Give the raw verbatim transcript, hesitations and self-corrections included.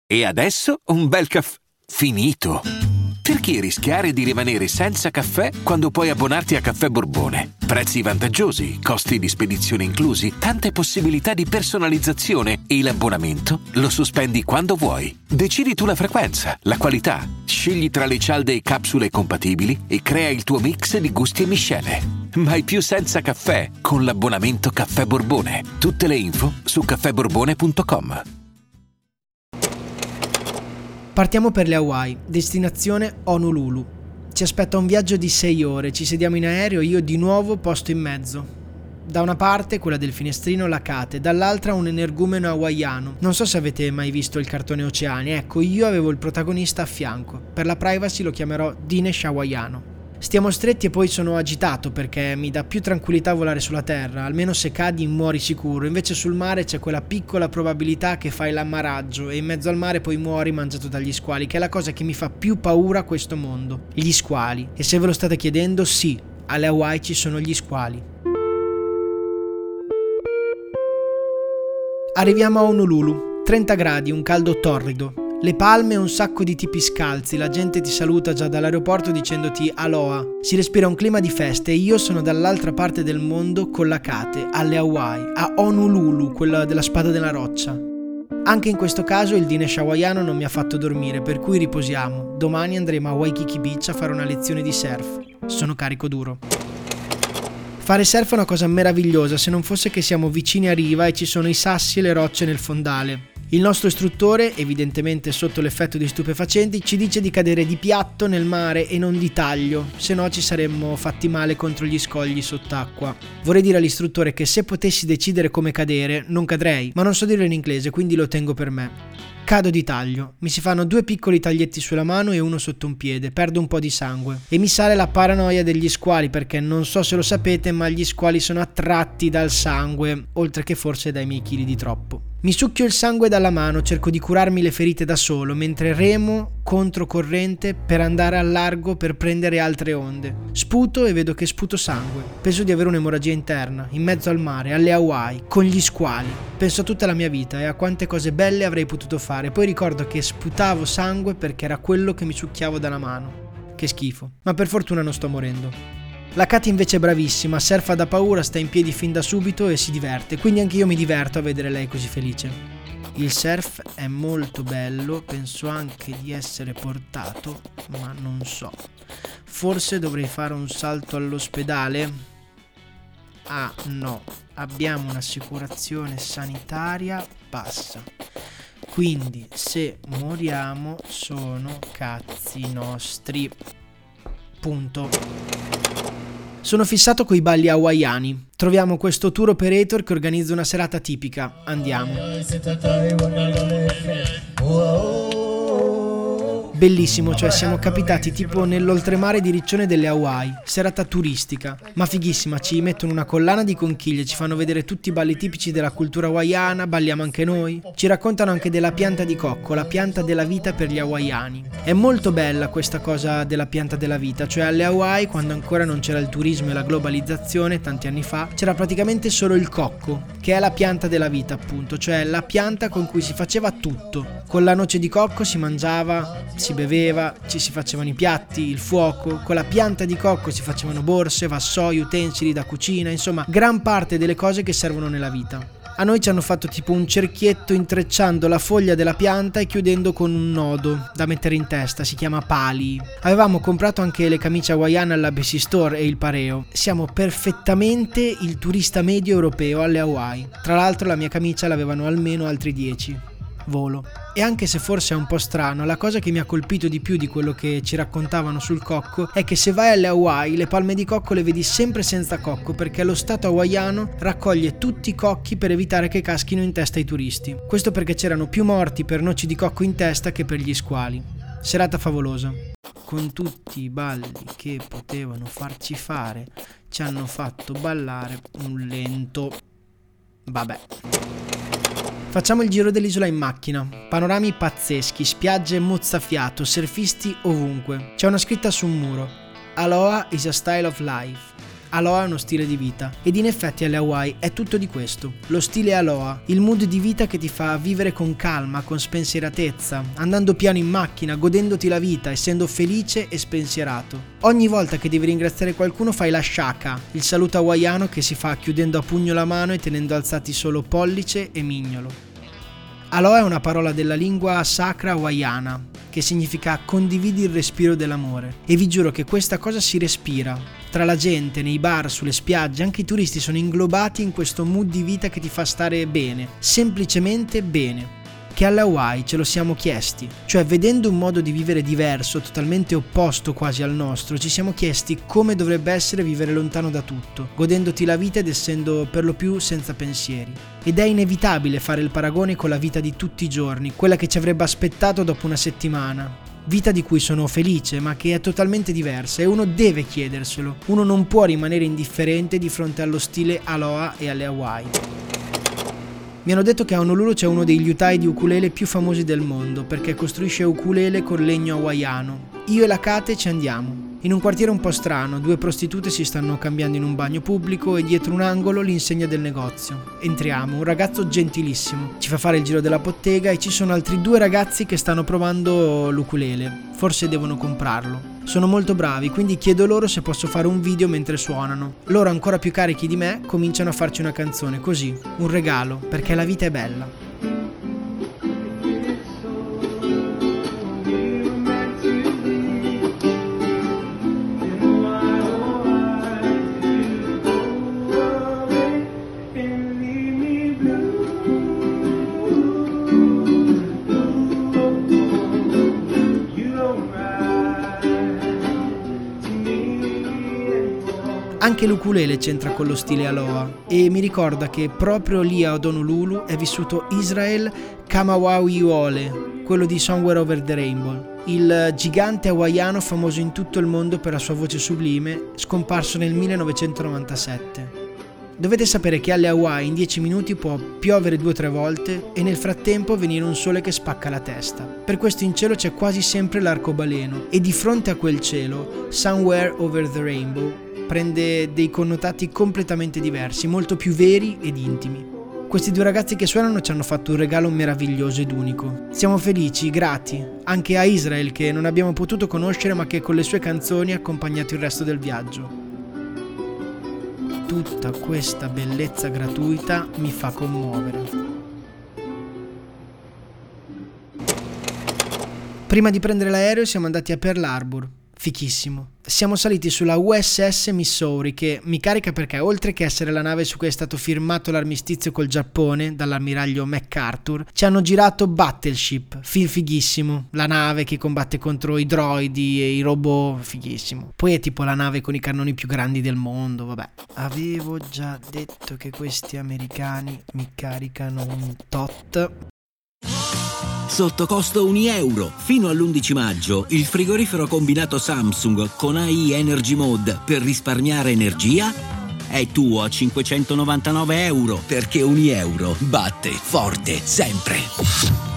E adesso un bel caffè finito. Perché rischiare di rimanere senza caffè quando puoi abbonarti a Caffè Borbone? Prezzi vantaggiosi, costi di spedizione inclusi, tante possibilità di personalizzazione e l'abbonamento lo sospendi quando vuoi. Decidi tu la frequenza, la qualità, scegli tra le cialde e capsule compatibili e crea il tuo mix di gusti e miscele. Mai più senza caffè con l'abbonamento Caffè Borbone. Tutte le info su caffè borbone punto com. Partiamo per le Hawaii, destinazione Honolulu. Ci aspetta un viaggio di sei ore, ci sediamo in aereo, io di nuovo posto in mezzo. Da una parte, quella del finestrino, la Kate, dall'altra un energumeno hawaiano. Non so se avete mai visto il cartone Oceani, ecco, io avevo il protagonista a fianco. Per la privacy lo chiamerò Dinesh hawaiano. Stiamo stretti e poi sono agitato perché mi dà più tranquillità volare sulla terra, almeno se cadi muori sicuro, invece sul mare c'è quella piccola probabilità che fai l'ammaraggio e in mezzo al mare poi muori mangiato dagli squali, che è la cosa che mi fa più paura a questo mondo, gli squali. E se ve lo state chiedendo, sì, alle Hawaii ci sono gli squali. Arriviamo a Honolulu, trenta gradi, un caldo torrido. Le palme e un sacco di tipi scalzi, la gente ti saluta già dall'aeroporto dicendoti aloha. Si respira un clima di feste e io sono dall'altra parte del mondo con la Kate, alle Hawaii, a Honolulu, quella della spada della roccia. Anche in questo caso il Dinesh hawaiano non mi ha fatto dormire, per cui riposiamo. Domani andremo a Waikiki Beach a fare una lezione di surf. Sono carico duro. Fare surf è una cosa meravigliosa, se non fosse che siamo vicini a riva e ci sono i sassi e le rocce nel fondale. Il nostro istruttore, evidentemente sotto l'effetto di stupefacenti, ci dice di cadere di piatto nel mare e non di taglio, se no ci saremmo fatti male contro gli scogli sott'acqua. Vorrei dire all'istruttore che se potessi decidere come cadere, non cadrei, ma non so dirlo in inglese, quindi lo tengo per me. Cado di taglio, mi si fanno due piccoli taglietti sulla mano e uno sotto un piede, perdo un po' di sangue e mi sale la paranoia degli squali perché non so se lo sapete ma gli squali sono attratti dal sangue, oltre che forse dai miei chili di troppo. Mi succhio il sangue dalla mano, cerco di curarmi le ferite da solo mentre remo controcorrente per andare al largo per prendere altre onde. Sputo e vedo che sputo sangue. Penso di avere un'emorragia interna, in mezzo al mare, alle Hawaii, con gli squali. Penso a tutta la mia vita e a quante cose belle avrei potuto fare. Poi ricordo che sputavo sangue perché era quello che mi succhiavo dalla mano. Che schifo. Ma per fortuna non sto morendo. La Kate invece è bravissima, surfa da paura, sta in piedi fin da subito e si diverte, quindi anche io mi diverto a vedere lei così felice. Il surf è molto bello, penso anche di essere portato, ma non so. Forse dovrei fare un salto all'ospedale? Ah no, abbiamo un'assicurazione sanitaria bassa. Quindi se moriamo sono cazzi nostri. Punto. Sono fissato coi balli hawaiani. Troviamo questo tour operator che organizza una serata tipica. Andiamo. Bellissimo, cioè siamo capitati tipo nell'oltremare di Riccione delle Hawaii, serata turistica, ma fighissima, ci mettono una collana di conchiglie, ci fanno vedere tutti i balli tipici della cultura hawaiana, balliamo anche noi, ci raccontano anche della pianta di cocco, la pianta della vita per gli hawaiani. È molto bella questa cosa della pianta della vita, cioè alle Hawaii, quando ancora non c'era il turismo e la globalizzazione, tanti anni fa, c'era praticamente solo il cocco, che è la pianta della vita appunto, cioè la pianta con cui si faceva tutto. Con la noce di cocco si mangiava, si beveva, ci si facevano i piatti, il fuoco, con la pianta di cocco si facevano borse, vassoi, utensili da cucina, insomma gran parte delle cose che servono nella vita. A noi ci hanno fatto tipo un cerchietto intrecciando la foglia della pianta e chiudendo con un nodo da mettere in testa, si chiama pali. Avevamo comprato anche le camicie hawaiane alla Bessy Store e il pareo. Siamo perfettamente il turista medio europeo alle Hawaii. Tra l'altro la mia camicia l'avevano almeno altri dieci. Volo. E anche se forse è un po' strano, la cosa che mi ha colpito di più di quello che ci raccontavano sul cocco è che se vai alle Hawaii le palme di cocco le vedi sempre senza cocco perché lo stato hawaiano raccoglie tutti i cocchi per evitare che caschino in testa ai turisti. Questo perché c'erano più morti per noci di cocco in testa che per gli squali. Serata favolosa. Con tutti i balli che potevano farci fare, ci hanno fatto ballare un lento. Vabbè. Facciamo il giro dell'isola in macchina, panorami pazzeschi, spiagge mozzafiato, surfisti ovunque. C'è una scritta su un muro: Aloha is a style of life. Aloha è uno stile di vita ed in effetti alle Hawaii è tutto di questo. Lo stile Aloha, il mood di vita che ti fa vivere con calma, con spensieratezza, andando piano in macchina, godendoti la vita, essendo felice e spensierato. Ogni volta che devi ringraziare qualcuno fai la shaka, il saluto hawaiano che si fa chiudendo a pugno la mano e tenendo alzati solo pollice e mignolo. Aloha è una parola della lingua sacra hawaiana che significa condividi il respiro dell'amore e vi giuro che questa cosa si respira. Tra la gente, nei bar, sulle spiagge, anche i turisti sono inglobati in questo mood di vita che ti fa stare bene, semplicemente bene. Che alle Hawaii ce lo siamo chiesti, cioè vedendo un modo di vivere diverso, totalmente opposto quasi al nostro, ci siamo chiesti come dovrebbe essere vivere lontano da tutto, godendoti la vita ed essendo per lo più senza pensieri. Ed è inevitabile fare il paragone con la vita di tutti i giorni, quella che ci avrebbe aspettato dopo una settimana. Vita di cui sono felice, ma che è totalmente diversa e uno deve chiederselo. Uno non può rimanere indifferente di fronte allo stile Aloha e alle Hawaii. Mi hanno detto che a Honolulu c'è uno dei liutai di ukulele più famosi del mondo perché costruisce ukulele con legno hawaiano. Io e la Kate ci andiamo. In un quartiere un po' strano, due prostitute si stanno cambiando in un bagno pubblico e dietro un angolo l'insegna del negozio. Entriamo, un ragazzo gentilissimo. Ci fa fare il giro della bottega e ci sono altri due ragazzi che stanno provando l'ukulele. Forse devono comprarlo. Sono molto bravi, quindi chiedo loro se posso fare un video mentre suonano. Loro, ancora più carichi di me, cominciano a farci una canzone, così, un regalo, perché la vita è bella. Anche l'ukulele c'entra con lo stile Aloha e mi ricorda che proprio lì a Honolulu è vissuto Israel Kamawauiole, quello di Somewhere Over the Rainbow, il gigante hawaiano famoso in tutto il mondo per la sua voce sublime, scomparso nel millenovecentonovantasette. Dovete sapere che alle Hawaii in dieci minuti può piovere due o tre volte e nel frattempo venire un sole che spacca la testa. Per questo in cielo c'è quasi sempre l'arcobaleno e di fronte a quel cielo, Somewhere Over the Rainbow prende dei connotati completamente diversi, molto più veri ed intimi. Questi due ragazzi che suonano ci hanno fatto un regalo meraviglioso ed unico. Siamo felici, grati, anche a Israel che non abbiamo potuto conoscere ma che con le sue canzoni ha accompagnato il resto del viaggio. Tutta questa bellezza gratuita mi fa commuovere. Prima di prendere l'aereo siamo andati a Pearl Harbor. Fichissimo. Siamo saliti sulla U S S Missouri che mi carica perché oltre che essere la nave su cui è stato firmato l'armistizio col Giappone dall'ammiraglio MacArthur, ci hanno girato Battleship, film fighissimo, la nave che combatte contro i droidi e i robot, fighissimo. Poi è tipo la nave con i cannoni più grandi del mondo, vabbè. Avevo già detto che questi americani mi caricano un tot. Sotto costo un euro. Fino all'undici maggio il frigorifero combinato Samsung con A I Energy Mode per risparmiare energia è tuo a cinquecentonovantanove euro perché un euro batte forte sempre.